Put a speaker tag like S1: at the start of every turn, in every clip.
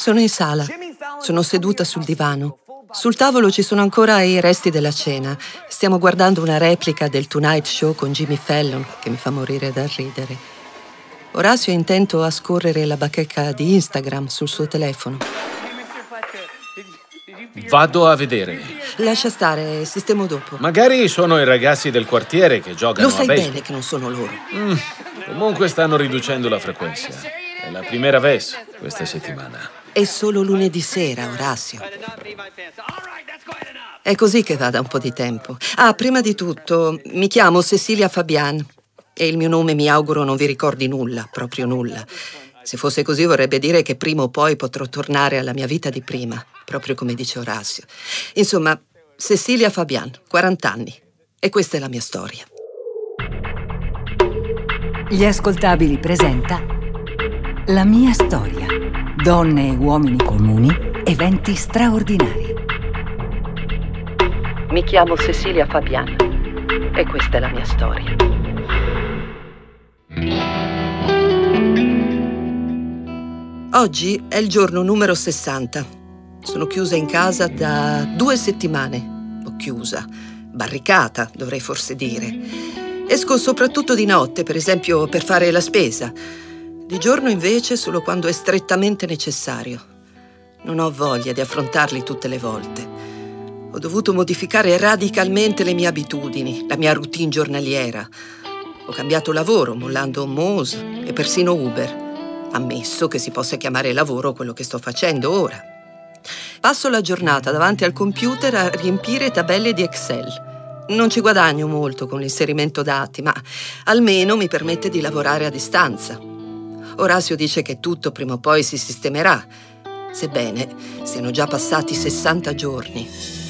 S1: Sono in sala. Sono seduta sul divano. Sul tavolo ci sono ancora i resti della cena. Stiamo guardando una replica del Tonight Show con Jimmy Fallon, che mi fa morire da ridere. Orazio è intento a scorrere la bacheca di Instagram sul suo telefono.
S2: Vado a vedere.
S1: Lascia stare, sistemo dopo.
S2: Magari sono i ragazzi del quartiere che giocano a
S1: Lo sai
S2: baseball.
S1: bene che non sono loro.
S2: Comunque stanno riducendo la frequenza. È la primera vez questa settimana.
S1: È solo lunedì sera, Orazio. È così che va da un po' di tempo. Prima di tutto, mi chiamo Cecilia Fabian e il mio nome mi auguro non vi ricordi nulla, proprio nulla. Se fosse così vorrebbe dire che prima o poi potrò tornare alla mia vita di prima, proprio come dice Orazio. Insomma, Cecilia Fabian, 40 anni. E questa è la mia storia.
S3: Gli Ascoltabili presenta La mia storia. Donne e uomini comuni, eventi straordinari.
S1: Mi chiamo Cecilia Fabian e questa è la mia storia. Oggi è il giorno numero 60. Sono chiusa in casa da 2 settimane. O chiusa, barricata, dovrei forse dire. Esco soprattutto di notte, per esempio, per fare la spesa. Di giorno invece solo quando è strettamente necessario. Non ho voglia di affrontarli tutte le volte. Ho dovuto modificare radicalmente le mie abitudini, la mia routine giornaliera. Ho cambiato lavoro, mollando Mose e persino Uber. Ammesso che si possa chiamare lavoro quello che sto facendo ora. Passo la giornata davanti al computer a riempire tabelle di Excel. Non ci guadagno molto con l'inserimento dati, ma almeno mi permette di lavorare a distanza. Orazio dice che tutto prima o poi si sistemerà, sebbene siano già passati 60 giorni.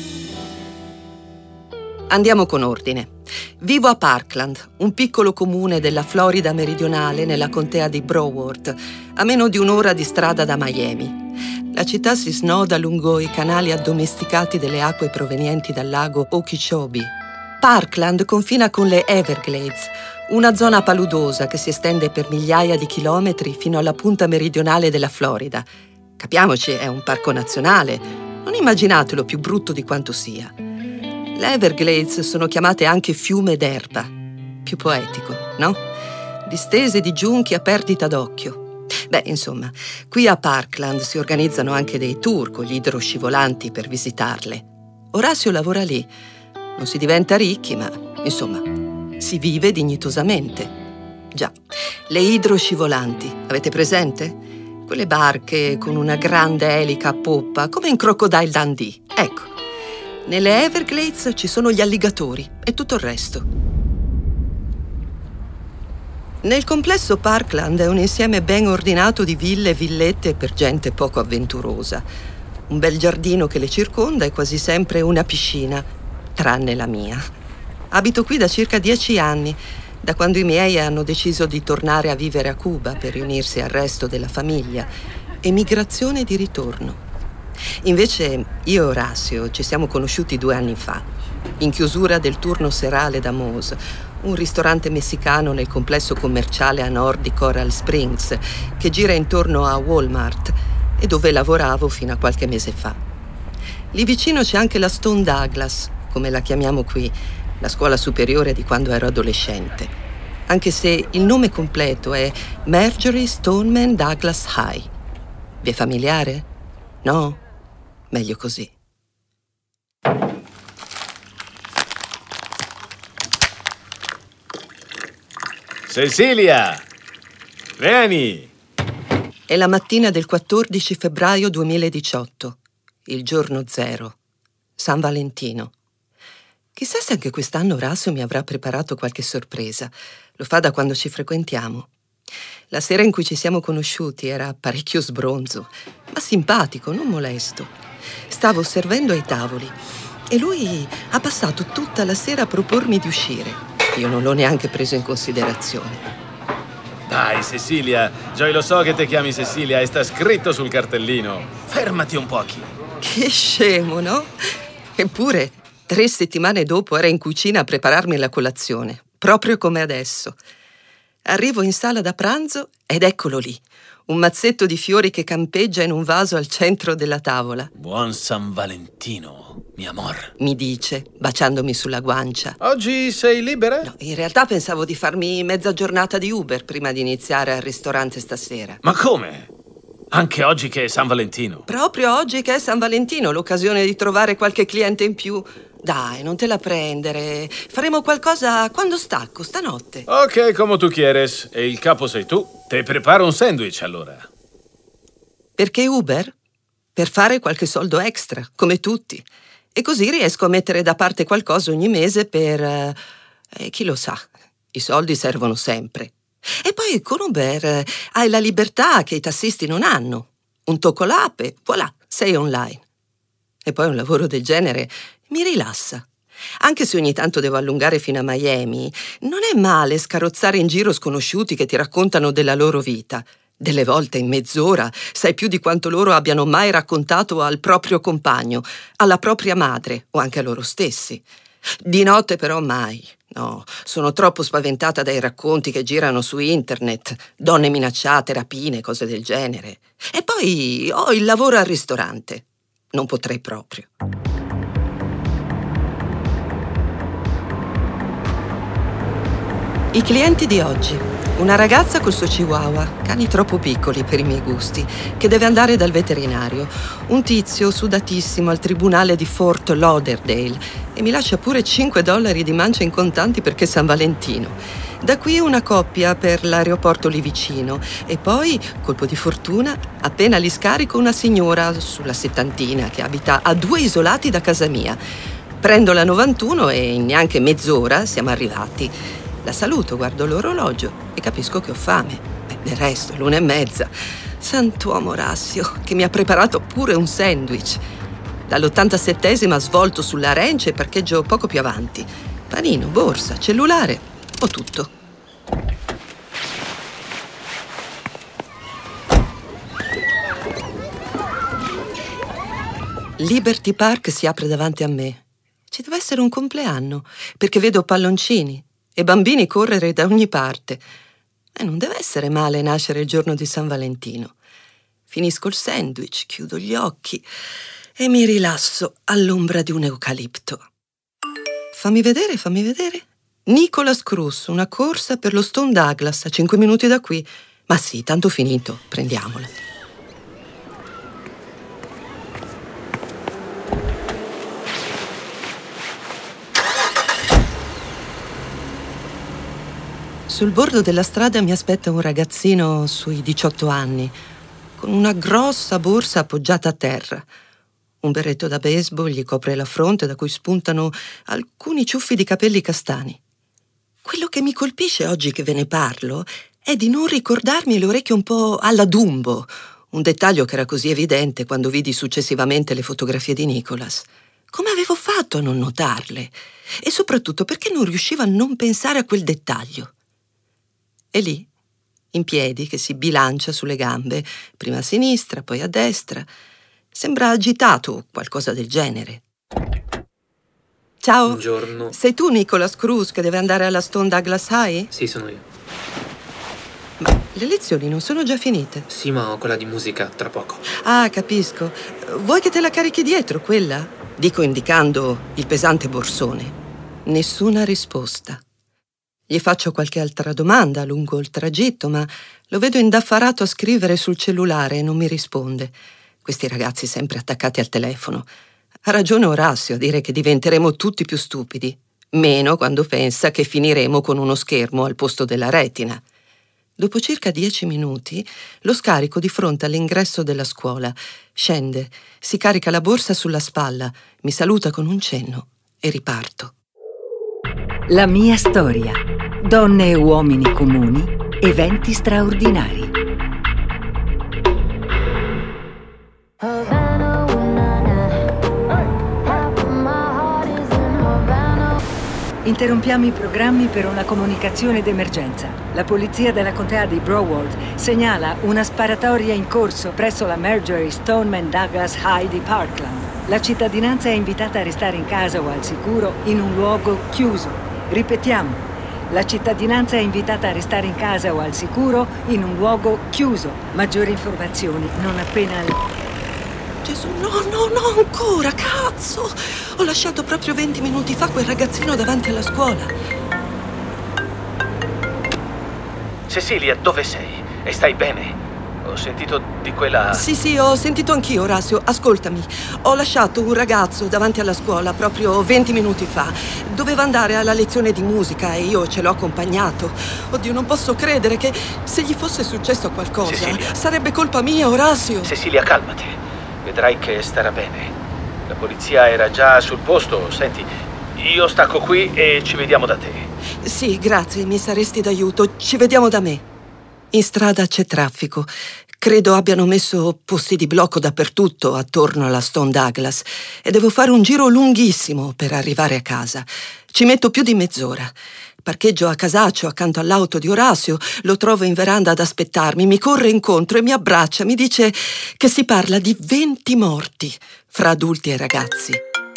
S1: Andiamo con ordine. Vivo a Parkland, un piccolo comune della Florida meridionale nella contea di Broward, a meno di un'ora di strada da Miami. La città si snoda lungo i canali addomesticati delle acque provenienti dal lago Okeechobee. Parkland confina con le Everglades, una zona paludosa che si estende per migliaia di chilometri fino alla punta meridionale della Florida. Capiamoci, è un parco nazionale. Non immaginatelo più brutto di quanto sia. Le Everglades sono chiamate anche fiume d'erba. Più poetico, no? Distese di giunchi a perdita d'occhio. Insomma, qui a Parkland si organizzano anche dei tour con gli idroscivolanti per visitarle. Orazio lavora lì. Non si diventa ricchi, ma, insomma, si vive dignitosamente. Già, le idroscivolanti, avete presente? Quelle barche con una grande elica a poppa, come in Crocodile Dundee. Ecco, nelle Everglades ci sono gli alligatori e tutto il resto. Nel complesso Parkland è un insieme ben ordinato di ville e villette per gente poco avventurosa. Un bel giardino che le circonda e quasi sempre una piscina, tranne la mia. Abito qui da circa 10 anni, da quando i miei hanno deciso di tornare a vivere a Cuba per riunirsi al resto della famiglia. Emigrazione di ritorno. Invece io e Orazio ci siamo conosciuti 2 anni fa, in chiusura del turno serale da Moe's, un ristorante messicano nel complesso commerciale a nord di Coral Springs, che gira intorno a Walmart e dove lavoravo fino a qualche mese fa. Lì vicino c'è anche la Stone Douglas, come la chiamiamo qui, la scuola superiore di quando ero adolescente, anche se il nome completo è Marjory Stoneman Douglas High. Vi è familiare? No? Meglio così.
S2: Cecilia! Vieni!
S1: È la mattina del 14 febbraio 2018, il giorno 0, San Valentino. Chissà se anche quest'anno Orazio mi avrà preparato qualche sorpresa. Lo fa da quando ci frequentiamo. La sera in cui ci siamo conosciuti era parecchio sbronzo, ma simpatico, non molesto. Stavo servendo ai tavoli e lui ha passato tutta la sera a propormi di uscire. Io non l'ho neanche preso in considerazione.
S2: Dai, Cecilia, Joy lo so che ti chiami Cecilia e sta scritto sul cartellino. Fermati un po'.
S1: Che scemo, no? Eppure 3 settimane dopo era in cucina a prepararmi la colazione, proprio come adesso. Arrivo in sala da pranzo ed eccolo lì, un mazzetto di fiori che campeggia in un vaso al centro della tavola.
S2: Buon San Valentino, mi amor.
S1: Mi dice, baciandomi sulla guancia.
S2: Oggi sei libera?
S1: No, in realtà pensavo di farmi mezza giornata di Uber prima di iniziare al ristorante stasera.
S2: Ma come? Anche oggi che è San Valentino?
S1: Proprio oggi che è San Valentino, l'occasione di trovare qualche cliente in più. Dai, non te la prendere. Faremo qualcosa quando stacco, stanotte.
S2: Ok, como tu quieres. E il capo sei tu. Te preparo un sandwich, allora.
S1: Perché Uber? Per fare qualche soldo extra, come tutti. E così riesco a mettere da parte qualcosa ogni mese per... chi lo sa, i soldi servono sempre. E poi con Uber hai la libertà che i tassisti non hanno. Un tocco l'app e voilà, sei online. E poi un lavoro del genere mi rilassa. Anche se ogni tanto devo allungare fino a Miami, non è male scarrozzare in giro sconosciuti che ti raccontano della loro vita. Delle volte in mezz'ora sai più di quanto loro abbiano mai raccontato al proprio compagno, alla propria madre o anche a loro stessi. Di notte però mai. No, sono troppo spaventata dai racconti che girano su internet, donne minacciate, rapine, cose del genere. E poi ho il lavoro al ristorante. Non potrei proprio. I clienti di oggi. Una ragazza col suo chihuahua, cani troppo piccoli per i miei gusti, che deve andare dal veterinario. Un tizio sudatissimo al tribunale di Fort Lauderdale e mi lascia pure $5 di mancia in contanti perché è San Valentino. Da qui una coppia per l'aeroporto lì vicino e poi, colpo di fortuna, appena li scarico una signora sulla settantina che abita a 2 isolati da casa mia. Prendo la 91 e in neanche mezz'ora siamo arrivati. La saluto, guardo l'orologio e capisco che ho fame. Del resto è l'1:30. Sant'uomo Orazio, che mi ha preparato pure un sandwich. Dall'87esima svolto sulla Ranch e parcheggio poco più avanti. Panino, borsa, cellulare, ho tutto. Liberty Park si apre davanti a me. Ci deve essere un compleanno, perché vedo palloncini e bambini correre da ogni parte. E non deve essere male nascere il giorno di San Valentino. Finisco il sandwich, chiudo gli occhi e mi rilasso all'ombra di un eucalipto. Fammi vedere. Nicholas Cruz, una corsa per lo Stone Douglas a 5 minuti da qui. Ma sì, tanto finito, prendiamola. Sul bordo della strada mi aspetta un ragazzino sui 18 anni, con una grossa borsa appoggiata a terra. Un berretto da baseball gli copre la fronte da cui spuntano alcuni ciuffi di capelli castani. Quello che mi colpisce oggi che ve ne parlo è di non ricordarmi le orecchie un po' alla Dumbo, un dettaglio che era così evidente quando vidi successivamente le fotografie di Nicholas. Come avevo fatto a non notarle? E soprattutto perché non riuscivo a non pensare a quel dettaglio? E lì, in piedi, che si bilancia sulle gambe, prima a sinistra, poi a destra. Sembra agitato o qualcosa del genere. Ciao.
S4: Buongiorno.
S1: Sei tu Nicholas Cruz che deve andare alla Stone Douglas High?
S4: Sì, sono io.
S1: Ma le lezioni non sono già finite?
S4: Sì, ma ho quella di musica tra poco.
S1: Ah, capisco. Vuoi che te la carichi dietro, quella? Dico indicando il pesante borsone. Nessuna risposta. Gli faccio qualche altra domanda lungo il tragitto, ma lo vedo indaffarato a scrivere sul cellulare e non mi risponde. Questi ragazzi sempre attaccati al telefono. Ha ragione Orazio a dire che diventeremo tutti più stupidi, meno quando pensa che finiremo con uno schermo al posto della retina. Dopo circa 10 minuti lo scarico di fronte all'ingresso della scuola. Scende, si carica la borsa sulla spalla, mi saluta con un cenno e riparto.
S3: La mia storia. Donne e uomini comuni, eventi straordinari. Interrompiamo i programmi per una comunicazione d'emergenza. La polizia della contea di Broward segnala una sparatoria in corso presso la Marjorie Stoneman Douglas High di Parkland. La cittadinanza è invitata a restare in casa o al sicuro in un luogo chiuso. Ripetiamo. La cittadinanza è invitata a restare in casa o al sicuro in un luogo chiuso. Maggiori informazioni non appena...
S1: Gesù, no, ancora, cazzo! Ho lasciato proprio 20 minuti fa quel ragazzino davanti alla scuola.
S2: Cecilia, dove sei? E stai bene? Ho sentito di quella...
S1: Sì, ho sentito anch'io, Orazio. Ascoltami. Ho lasciato un ragazzo davanti alla scuola proprio 20 minuti fa. Doveva andare alla lezione di musica e io ce l'ho accompagnato. Oddio, non posso credere che se gli fosse successo qualcosa,
S2: Cecilia,
S1: sarebbe colpa mia, Orazio.
S2: Cecilia, calmati. Vedrai che starà bene. La polizia era già sul posto. Senti, io stacco qui e ci vediamo da te.
S1: Sì, grazie, mi saresti d'aiuto. Ci vediamo da me. In strada c'è traffico. Credo abbiano messo posti di blocco dappertutto attorno alla Stone Douglas e devo fare un giro lunghissimo per arrivare a casa. Ci metto più di mezz'ora. Parcheggio a casaccio accanto all'auto di Orazio, lo trovo in veranda ad aspettarmi, mi corre incontro e mi abbraccia, mi dice che si parla di 20 morti fra adulti e ragazzi.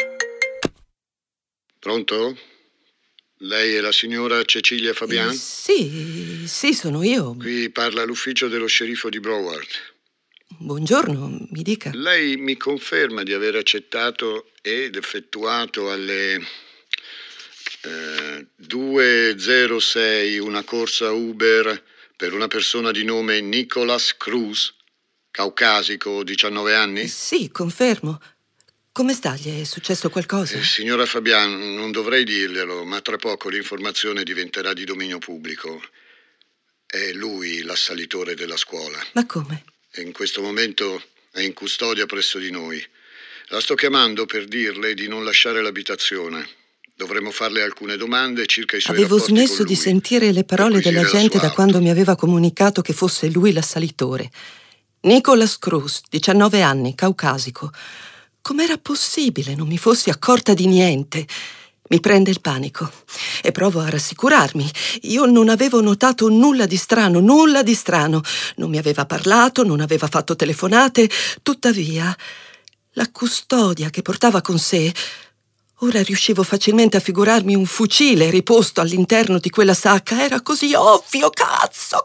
S5: Pronto? Lei è la signora Cecilia Fabian?
S1: Sì, sono io.
S5: Qui parla l'ufficio dello sceriffo di Broward.
S1: Buongiorno, mi dica.
S5: Lei mi conferma di aver accettato ed effettuato alle 2:06 una corsa Uber per una persona di nome Nicholas Cruz, caucasico, 19 anni?
S1: Sì, confermo. Come sta? Gli è successo qualcosa?
S5: Signora Fabian, non dovrei dirglielo, ma tra poco l'informazione diventerà di dominio pubblico. È lui l'assalitore della scuola.
S1: Ma come?
S5: E in questo momento è in custodia presso di noi. La sto chiamando per dirle di non lasciare l'abitazione. Dovremmo farle alcune domande circa i suoi
S1: Avevo
S5: rapporti con
S1: smesso
S5: lui.
S1: di sentire le parole della gente da quando mi aveva comunicato che fosse lui l'assalitore. Nicholas Cruz, 19 anni, caucasico. Com'era possibile? Non mi fossi accorta di niente. Mi prende il panico e provo a rassicurarmi. Io non avevo notato nulla di strano. Non mi aveva parlato, non aveva fatto telefonate. Tuttavia, la custodia che portava con sé... Ora riuscivo facilmente a figurarmi un fucile riposto all'interno di quella sacca. Era così ovvio. Cazzo!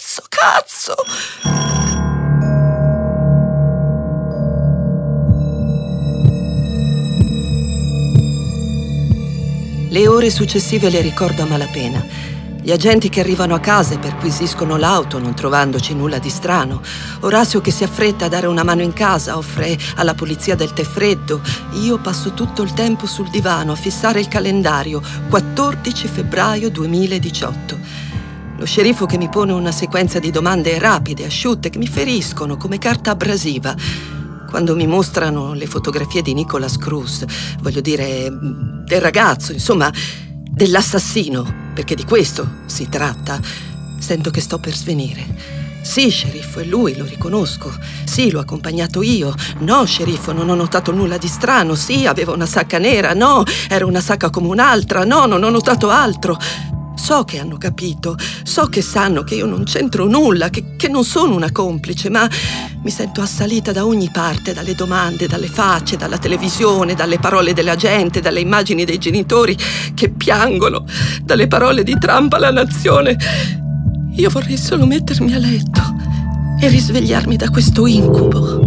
S1: Le ore successive le ricordo a malapena. Gli agenti che arrivano a casa e perquisiscono l'auto non trovandoci nulla di strano. Orazio che si affretta a dare una mano in casa, offre alla polizia del tè freddo. Io passo tutto il tempo sul divano a fissare il calendario. 14 febbraio 2018. Lo sceriffo che mi pone una sequenza di domande rapide, asciutte, che mi feriscono come carta abrasiva. Quando mi mostrano le fotografie di Nicholas Cruz, voglio dire, del ragazzo, insomma, dell'assassino, perché di questo si tratta, sento che sto per svenire. Sì, sceriffo, è lui, lo riconosco. Sì, l'ho accompagnato io. No, sceriffo, non ho notato nulla di strano. Sì, aveva una sacca nera. No, era una sacca come un'altra. No, non ho notato altro. So che hanno capito, so che sanno che io non c'entro nulla, che non sono una complice, ma mi sento assalita da ogni parte, dalle domande, dalle facce, dalla televisione, dalle parole della gente, dalle immagini dei genitori che piangono, dalle parole di Trump alla nazione. Io vorrei solo mettermi a letto e risvegliarmi da questo incubo.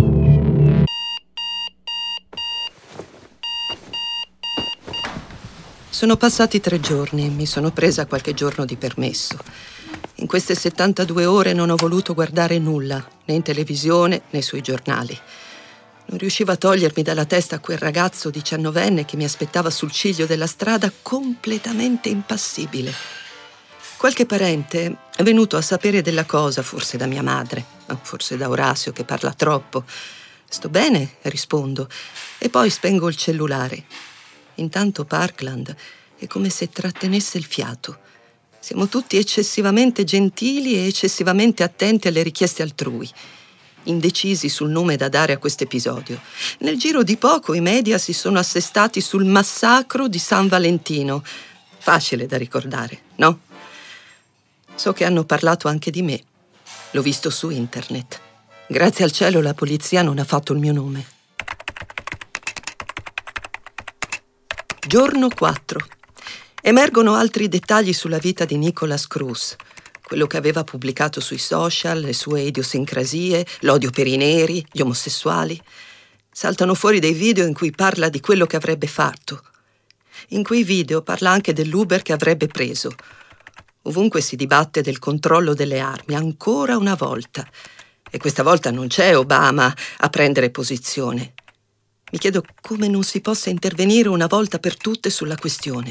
S1: Sono passati 3 giorni e mi sono presa qualche giorno di permesso. In queste 72 ore non ho voluto guardare nulla, né in televisione né sui giornali. Non riuscivo a togliermi dalla testa quel ragazzo 19enne che mi aspettava sul ciglio della strada, completamente impassibile. Qualche parente è venuto a sapere della cosa, forse da mia madre, o forse da Orazio che parla troppo. Sto bene, rispondo, e poi spengo il cellulare. Intanto Parkland è come se trattenesse il fiato. Siamo tutti eccessivamente gentili e eccessivamente attenti alle richieste altrui, indecisi sul nome da dare a questo episodio. Nel giro di poco i media si sono assestati sul massacro di San Valentino. Facile da ricordare, no? So che hanno parlato anche di me. L'ho visto su internet. Grazie al cielo la polizia non ha fatto il mio nome. Giorno 4. Emergono altri dettagli sulla vita di Nicholas Cruz, quello che aveva pubblicato sui social, le sue idiosincrasie, l'odio per i neri, gli omosessuali. Saltano fuori dei video in cui parla di quello che avrebbe fatto. In quei video parla anche dell'Uber che avrebbe preso. Ovunque si dibatte del controllo delle armi, ancora una volta. E questa volta non c'è Obama a prendere posizione. Mi chiedo come non si possa intervenire una volta per tutte sulla questione.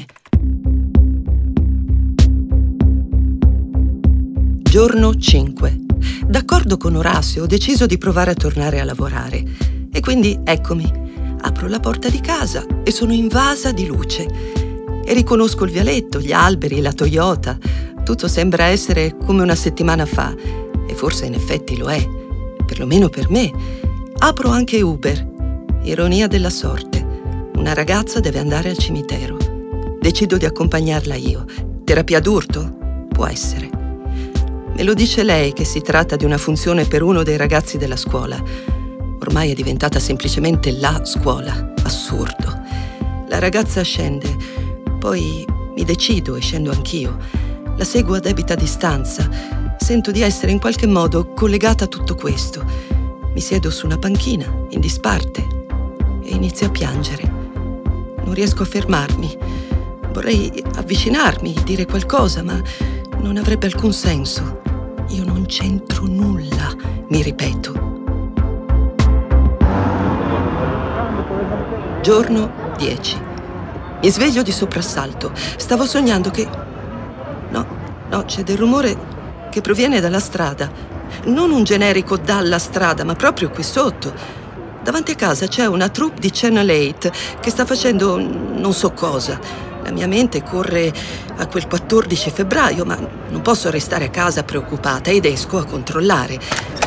S1: Giorno 5. D'accordo con Orazio, ho deciso di provare a tornare a lavorare. E quindi eccomi. Apro la porta di casa e sono invasa di luce. E riconosco il vialetto, gli alberi, la Toyota. Tutto sembra essere come una settimana fa. E forse in effetti lo è. Perlomeno per me. Apro anche Uber. Ironia della sorte. Una ragazza deve andare al cimitero. Decido di accompagnarla io. Terapia d'urto? Può essere. Me lo dice lei che si tratta di una funzione per uno dei ragazzi della scuola. Ormai è diventata semplicemente la scuola. Assurdo. La ragazza scende. Poi mi decido e scendo anch'io. La seguo a debita distanza. Sento di essere in qualche modo collegata a tutto questo. Mi siedo su una panchina, in disparte, e inizio a piangere. Non riesco a fermarmi. Vorrei avvicinarmi, dire qualcosa, ma non avrebbe alcun senso. Io non c'entro nulla, mi ripeto. Giorno 10. Mi sveglio di soprassalto. Stavo sognando che... No, c'è del rumore che proviene dalla strada. Non un generico dalla strada, ma proprio qui sotto. Davanti a casa c'è una troupe di Channel 8 che sta facendo non so cosa. La mia mente corre a quel 14 febbraio, ma non posso restare a casa preoccupata ed esco a controllare.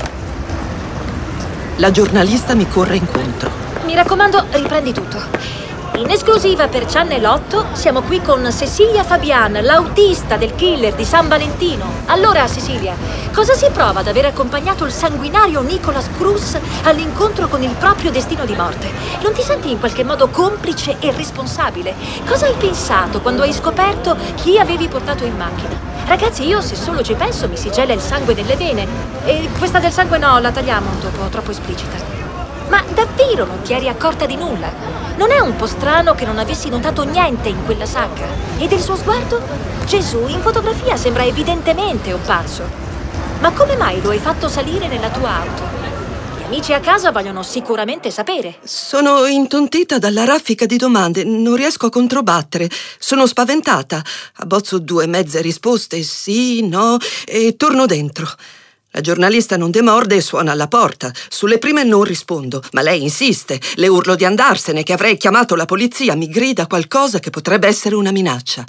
S1: La giornalista mi corre incontro.
S6: Mi raccomando, riprendi tutto. In esclusiva per Channel 8 siamo qui con Cecilia Fabian, l'autista del killer di San Valentino. Allora, Cecilia, cosa si prova ad aver accompagnato il sanguinario Nicholas Cruz all'incontro con il proprio destino di morte? Non ti senti in qualche modo complice e responsabile? Cosa hai pensato quando hai scoperto chi avevi portato in macchina? Ragazzi, io se solo ci penso mi si gela il sangue nelle vene. E questa del sangue no, la tagliamo dopo, troppo esplicita. Ma davvero non ti eri accorta di nulla? Non è un po' strano che non avessi notato niente in quella sacca? E del suo sguardo? Gesù, in fotografia sembra evidentemente un pazzo. Ma come mai lo hai fatto salire nella tua auto? Gli amici a casa vogliono sicuramente sapere.
S1: Sono intontita dalla raffica di domande, non riesco a controbattere. Sono spaventata. Abbozzo 2 mezze risposte, sì, no, e torno dentro. La giornalista non demorde e suona alla porta. Sulle prime non rispondo, ma lei insiste. Le urlo di andarsene, che avrei chiamato la polizia. Mi grida qualcosa che potrebbe essere una minaccia.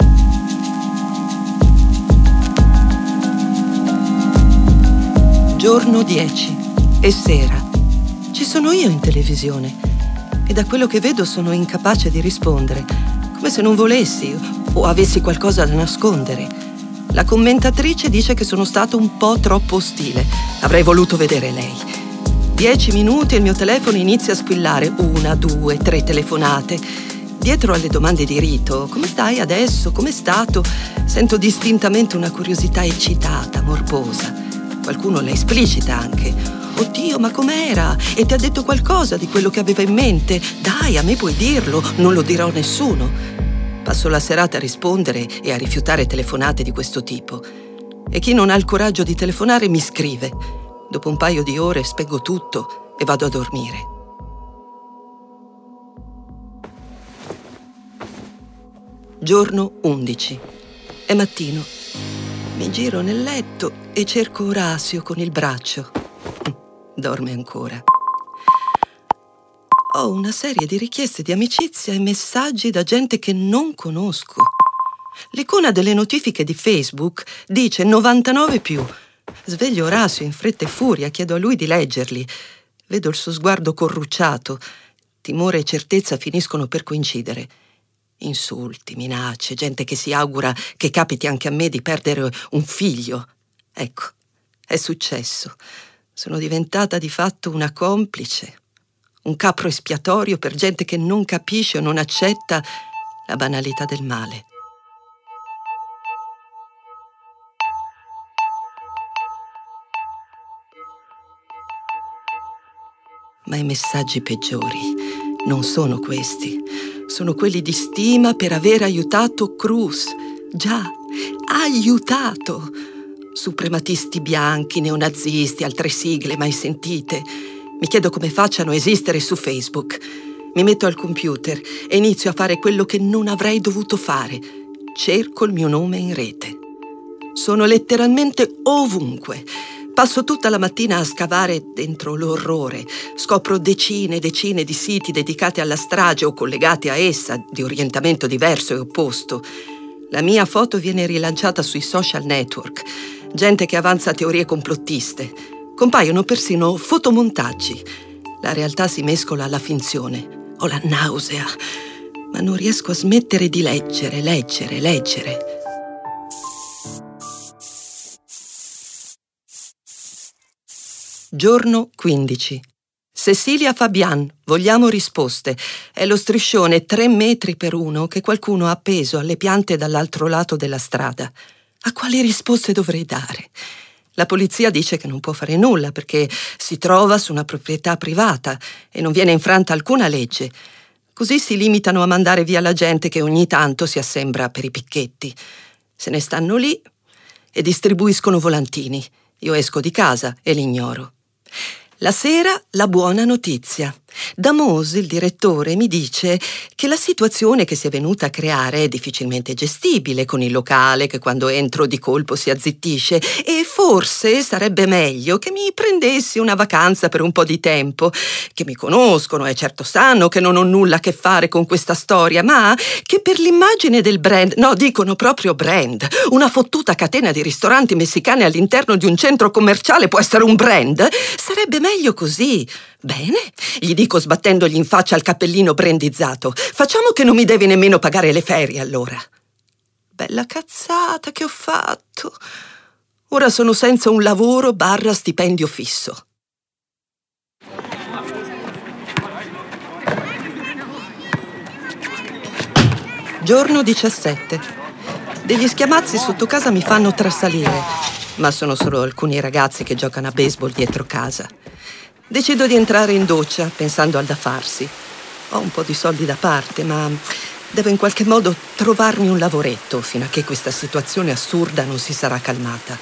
S1: Giorno 10. È sera. Ci sono io in televisione. E da quello che vedo sono incapace di rispondere. Come se non volessi o avessi qualcosa da nascondere. La commentatrice dice che sono stato un po' troppo ostile. Avrei voluto vedere lei. 10 minuti e il mio telefono inizia a squillare. 1, 2, 3 telefonate. Dietro alle domande di rito, come stai adesso? Com'è stato? Sento distintamente una curiosità eccitata, morbosa. Qualcuno la esplicita anche. Oddio, ma com'era? E ti ha detto qualcosa di quello che aveva in mente? Dai, a me puoi dirlo, non lo dirò a nessuno. Passo la serata a rispondere e a rifiutare telefonate di questo tipo. E chi non ha il coraggio di telefonare mi scrive. Dopo un paio di ore spengo tutto e vado a dormire. Giorno 11. È mattino. Mi giro nel letto e cerco Orazio con il braccio. Dorme ancora. Ho una serie di richieste di amicizia e messaggi da gente che non conosco. L'icona delle notifiche di Facebook dice 99+. Sveglio Orazio in fretta e furia, chiedo a lui di leggerli. Vedo il suo sguardo corrucciato. Timore e certezza finiscono per coincidere. Insulti, minacce, gente che si augura che capiti anche a me di perdere un figlio. Ecco, è successo. Sono diventata di fatto una complice. Un capro espiatorio per gente che non capisce o non accetta la banalità del male. Ma i messaggi peggiori non sono questi. Sono quelli di stima per aver aiutato Cruz. Già, aiutato! Suprematisti bianchi, neonazisti, altre sigle mai sentite. Mi chiedo come facciano a esistere su Facebook. Mi metto al computer e inizio a fare quello che non avrei dovuto fare. Cerco il mio nome in rete. Sono letteralmente ovunque. Passo tutta la mattina a scavare dentro l'orrore. Scopro decine e decine di siti dedicati alla strage o collegati a essa, di orientamento diverso e opposto. La mia foto viene rilanciata sui social network. Gente che avanza teorie complottiste. Compaiono persino fotomontaggi. La realtà si mescola alla finzione. Ho la nausea, ma non riesco a smettere di leggere. Giorno 15. Cecilia Fabian, vogliamo risposte. È lo striscione 3 metri per 1 che qualcuno ha appeso alle piante dall'altro lato della strada. A quali risposte dovrei dare? La polizia dice che non può fare nulla perché si trova su una proprietà privata e non viene infranta alcuna legge. Così si limitano a mandare via la gente che ogni tanto si assembra per i picchetti. Se ne stanno lì e distribuiscono volantini. Io esco di casa e li ignoro. La sera la buona notizia. Damos, il direttore, mi dice che la situazione che si è venuta a creare è difficilmente gestibile con il locale che quando entro di colpo si azzittisce e forse sarebbe meglio che mi prendessi una vacanza per un po' di tempo, che mi conoscono e certo sanno che non ho nulla a che fare con questa storia, ma che per l'immagine del brand, no, dicono proprio brand, una fottuta catena di ristoranti messicani all'interno di un centro commerciale può essere un brand? Sarebbe meglio così. Bene, gli dico sbattendogli in faccia il cappellino brandizzato. Facciamo che non mi devi nemmeno pagare le ferie, allora. Bella cazzata che ho fatto. Ora sono senza un lavoro / stipendio fisso. Giorno 17. Degli schiamazzi sotto casa mi fanno trasalire, ma sono solo alcuni ragazzi che giocano a baseball dietro casa. Decido di entrare in doccia, pensando al da farsi. Ho un po' di soldi da parte, ma devo in qualche modo trovarmi un lavoretto fino a che questa situazione assurda non si sarà calmata.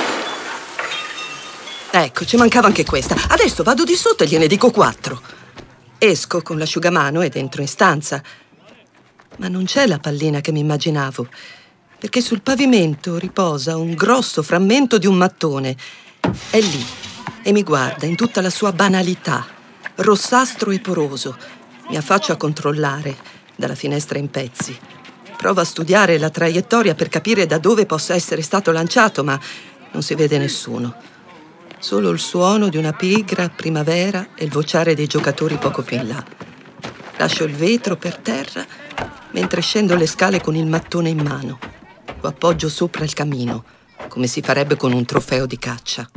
S1: Ecco, ci mancava anche questa. Adesso vado di sotto e gliene dico 4. Esco con l'asciugamano ed entro in stanza. Ma non c'è la pallina che mi immaginavo, perché sul pavimento riposa un grosso frammento di un mattone. È lì. E mi guarda in tutta la sua banalità, rossastro e poroso. Mi affaccio a controllare dalla finestra in pezzi. Provo a studiare la traiettoria per capire da dove possa essere stato lanciato, ma non si vede nessuno. Solo il suono di una pigra primavera e il vociare dei giocatori poco più in là. Lascio il vetro per terra mentre scendo le scale con il mattone in mano. Lo appoggio sopra il camino, come si farebbe con un trofeo di caccia.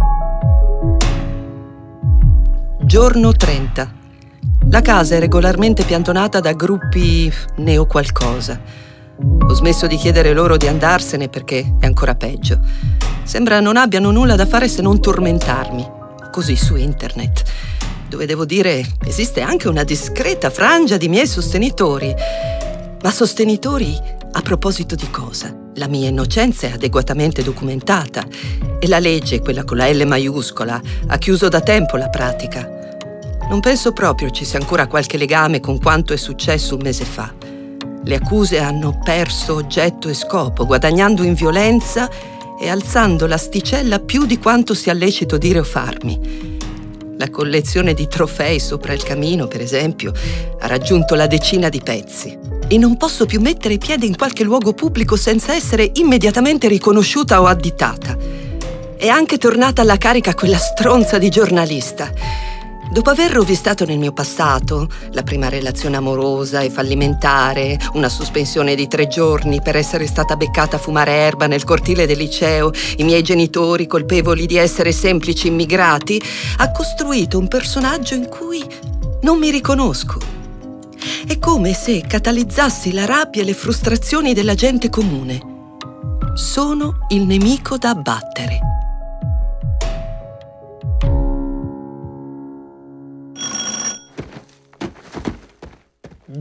S1: Giorno 30. La casa è regolarmente piantonata da gruppi neoqualcosa. Ho smesso di chiedere loro di andarsene perché è ancora peggio. Sembra non abbiano nulla da fare se non tormentarmi. Così su internet, dove devo dire esiste anche una discreta frangia di miei sostenitori. Ma sostenitori a proposito di cosa? La mia innocenza è adeguatamente documentata e la legge, quella con la L maiuscola, ha chiuso da tempo la pratica. Non penso proprio ci sia ancora qualche legame con quanto è successo un mese fa. Le accuse hanno perso oggetto e scopo, guadagnando in violenza e alzando l'asticella più di quanto sia lecito dire o farmi. La collezione di trofei sopra il camino, per esempio, ha raggiunto la decina di pezzi. E non posso più mettere piede in qualche luogo pubblico senza essere immediatamente riconosciuta o additata. È anche tornata alla carica quella stronza di giornalista. Dopo aver rovistato nel mio passato la prima relazione amorosa e fallimentare, una sospensione di 3 giorni per essere stata beccata a fumare erba nel cortile del liceo, i miei genitori colpevoli di essere semplici immigrati, ha costruito un personaggio in cui non mi riconosco. È come se catalizzassi la rabbia e le frustrazioni della gente comune. Sono il nemico da abbattere.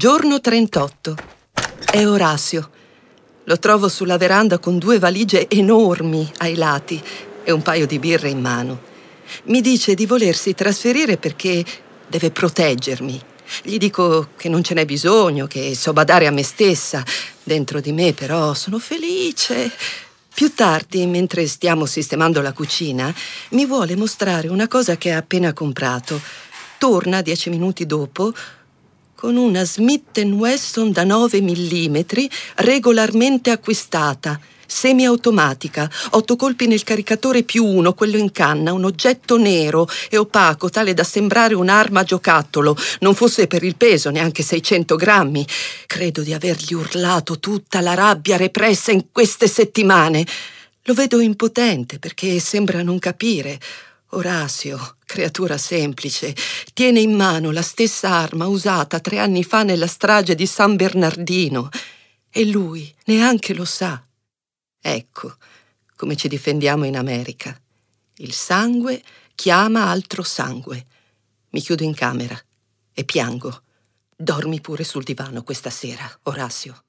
S1: Giorno 38. È Orazio. Lo trovo sulla veranda con 2 valigie enormi ai lati e un paio di birre in mano. Mi dice di volersi trasferire perché deve proteggermi. Gli dico che non ce n'è bisogno, che so badare a me stessa. Dentro di me però sono felice. Più tardi, mentre stiamo sistemando la cucina, mi vuole mostrare una cosa che ha appena comprato. Torna 10 minuti dopo con una Smith & Wesson da 9 mm regolarmente acquistata, semiautomatica, 8 colpi nel caricatore +1, quello in canna, un oggetto nero e opaco, tale da sembrare un'arma giocattolo, non fosse per il peso, neanche 600 grammi. Credo di avergli urlato tutta la rabbia repressa in queste settimane. Lo vedo impotente perché sembra non capire. Orazio, creatura semplice, tiene in mano la stessa arma usata 3 anni fa nella strage di San Bernardino e lui neanche lo sa. Ecco come ci difendiamo in America. Il sangue chiama altro sangue. Mi chiudo in camera e piango. Dormi pure sul divano questa sera, Orazio.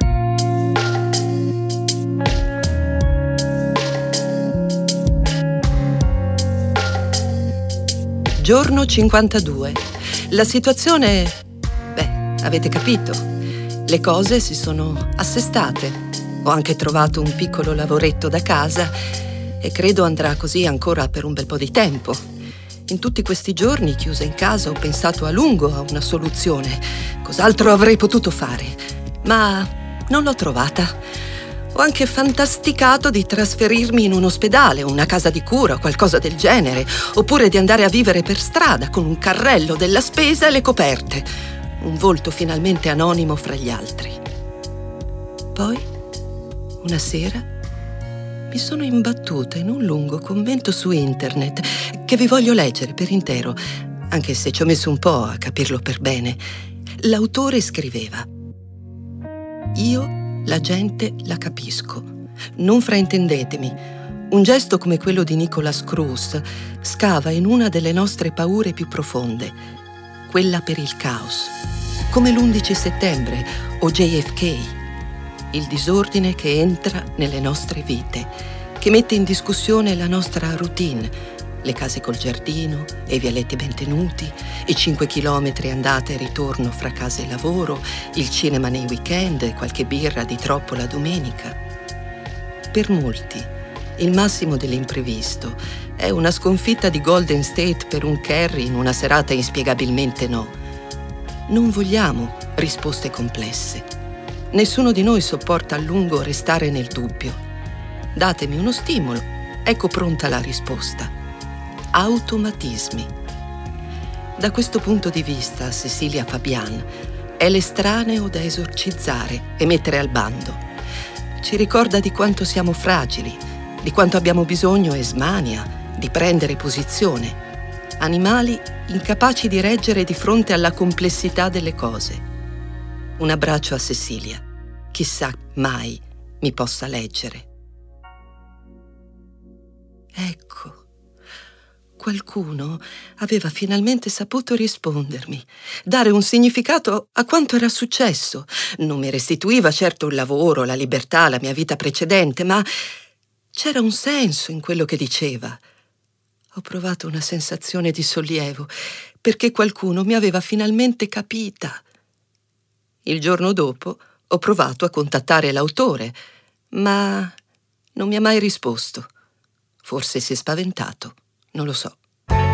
S1: Giorno 52. La situazione... avete capito. Le cose si sono assestate. Ho anche trovato un piccolo lavoretto da casa e credo andrà così ancora per un bel po' di tempo. In tutti questi giorni chiusa in casa ho pensato a lungo a una soluzione. Cos'altro avrei potuto fare? Ma non l'ho trovata. Ho anche fantasticato di trasferirmi in un ospedale, una casa di cura o qualcosa del genere, oppure di andare a vivere per strada con un carrello della spesa e le coperte. Un volto finalmente anonimo fra gli altri. Poi, una sera, mi sono imbattuta in un lungo commento su internet che vi voglio leggere per intero, anche se ci ho messo un po' a capirlo per bene. L'autore scriveva: «Io la gente la capisco. Non fraintendetemi. Un gesto come quello di Nicholas Cruz scava in una delle nostre paure più profonde, quella per il caos, come l'11 settembre o JFK. Il disordine che entra nelle nostre vite, che mette in discussione la nostra routine, le case col giardino e i vialetti ben tenuti, i 5 chilometri andata e ritorno fra casa e lavoro, il cinema nei weekend e qualche birra di troppo la domenica. Per molti, il massimo dell'imprevisto è una sconfitta di Golden State per un Kerry in una serata inspiegabilmente no. Non vogliamo risposte complesse. Nessuno di noi sopporta a lungo restare nel dubbio. Datemi uno stimolo, ecco pronta la risposta. Automatismi. Da questo punto di vista, Cecilia Fabian è l'estraneo da esorcizzare e mettere al bando. Ci ricorda di quanto siamo fragili, di quanto abbiamo bisogno e smania di prendere posizione. Animali incapaci di reggere di fronte alla complessità delle cose. Un abbraccio a Cecilia. Chissà mai mi possa leggere. Ecco, qualcuno aveva finalmente saputo rispondermi, dare un significato a quanto era successo. Non mi restituiva certo il lavoro, la libertà, la mia vita precedente, ma c'era un senso in quello che diceva. Ho provato una sensazione di sollievo, perché qualcuno mi aveva finalmente capita. Il giorno dopo ho provato a contattare l'autore, ma non mi ha mai risposto. Forse si è spaventato, non lo so.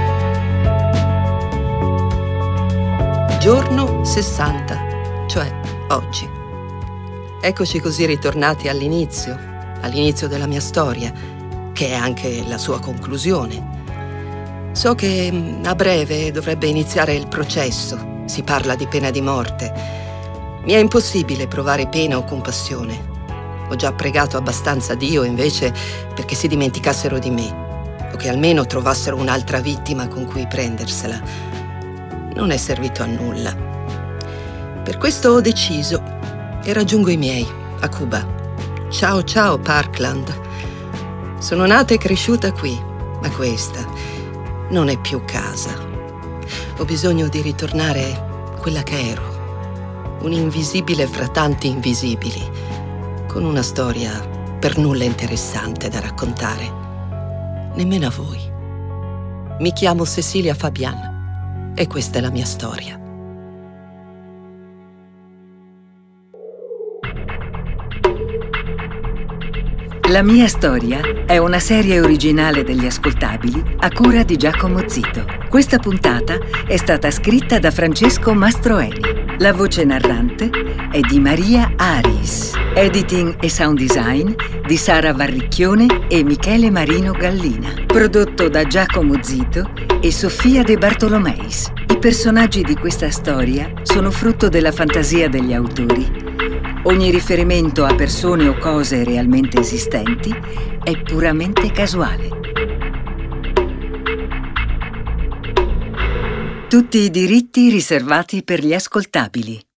S1: Giorno 60, cioè oggi. Eccoci così ritornati all'inizio della mia storia, che è anche la sua conclusione. So che a breve dovrebbe iniziare il processo, si parla di pena di morte. Mi è impossibile provare pena o compassione. Ho già pregato abbastanza Dio, invece, perché si dimenticassero di me, o che almeno trovassero un'altra vittima con cui prendersela. Non è servito a nulla. Per questo ho deciso e raggiungo i miei, a Cuba. Ciao ciao, Parkland. Sono nata e cresciuta qui, ma questa non è più casa. Ho bisogno di ritornare quella che ero. un invisibile fra tanti invisibili, con una storia per nulla interessante da raccontare, nemmeno a voi. Mi chiamo Cecilia Fabian e questa è la mia storia.
S3: La mia storia è una serie originale degli ascoltabili a cura di Giacomo Zito. Questa puntata è stata scritta da Francesco Mastroeni. La voce narrante è di Maria Aris. Editing e sound design di Sara Varricchione e Michele Marino Gallina. Prodotto da Giacomo Zito e Sofia De Bartolomeis. I personaggi di questa storia sono frutto della fantasia degli autori. Ogni riferimento a persone o cose realmente esistenti è puramente casuale. Tutti i diritti riservati per gli ascoltabili.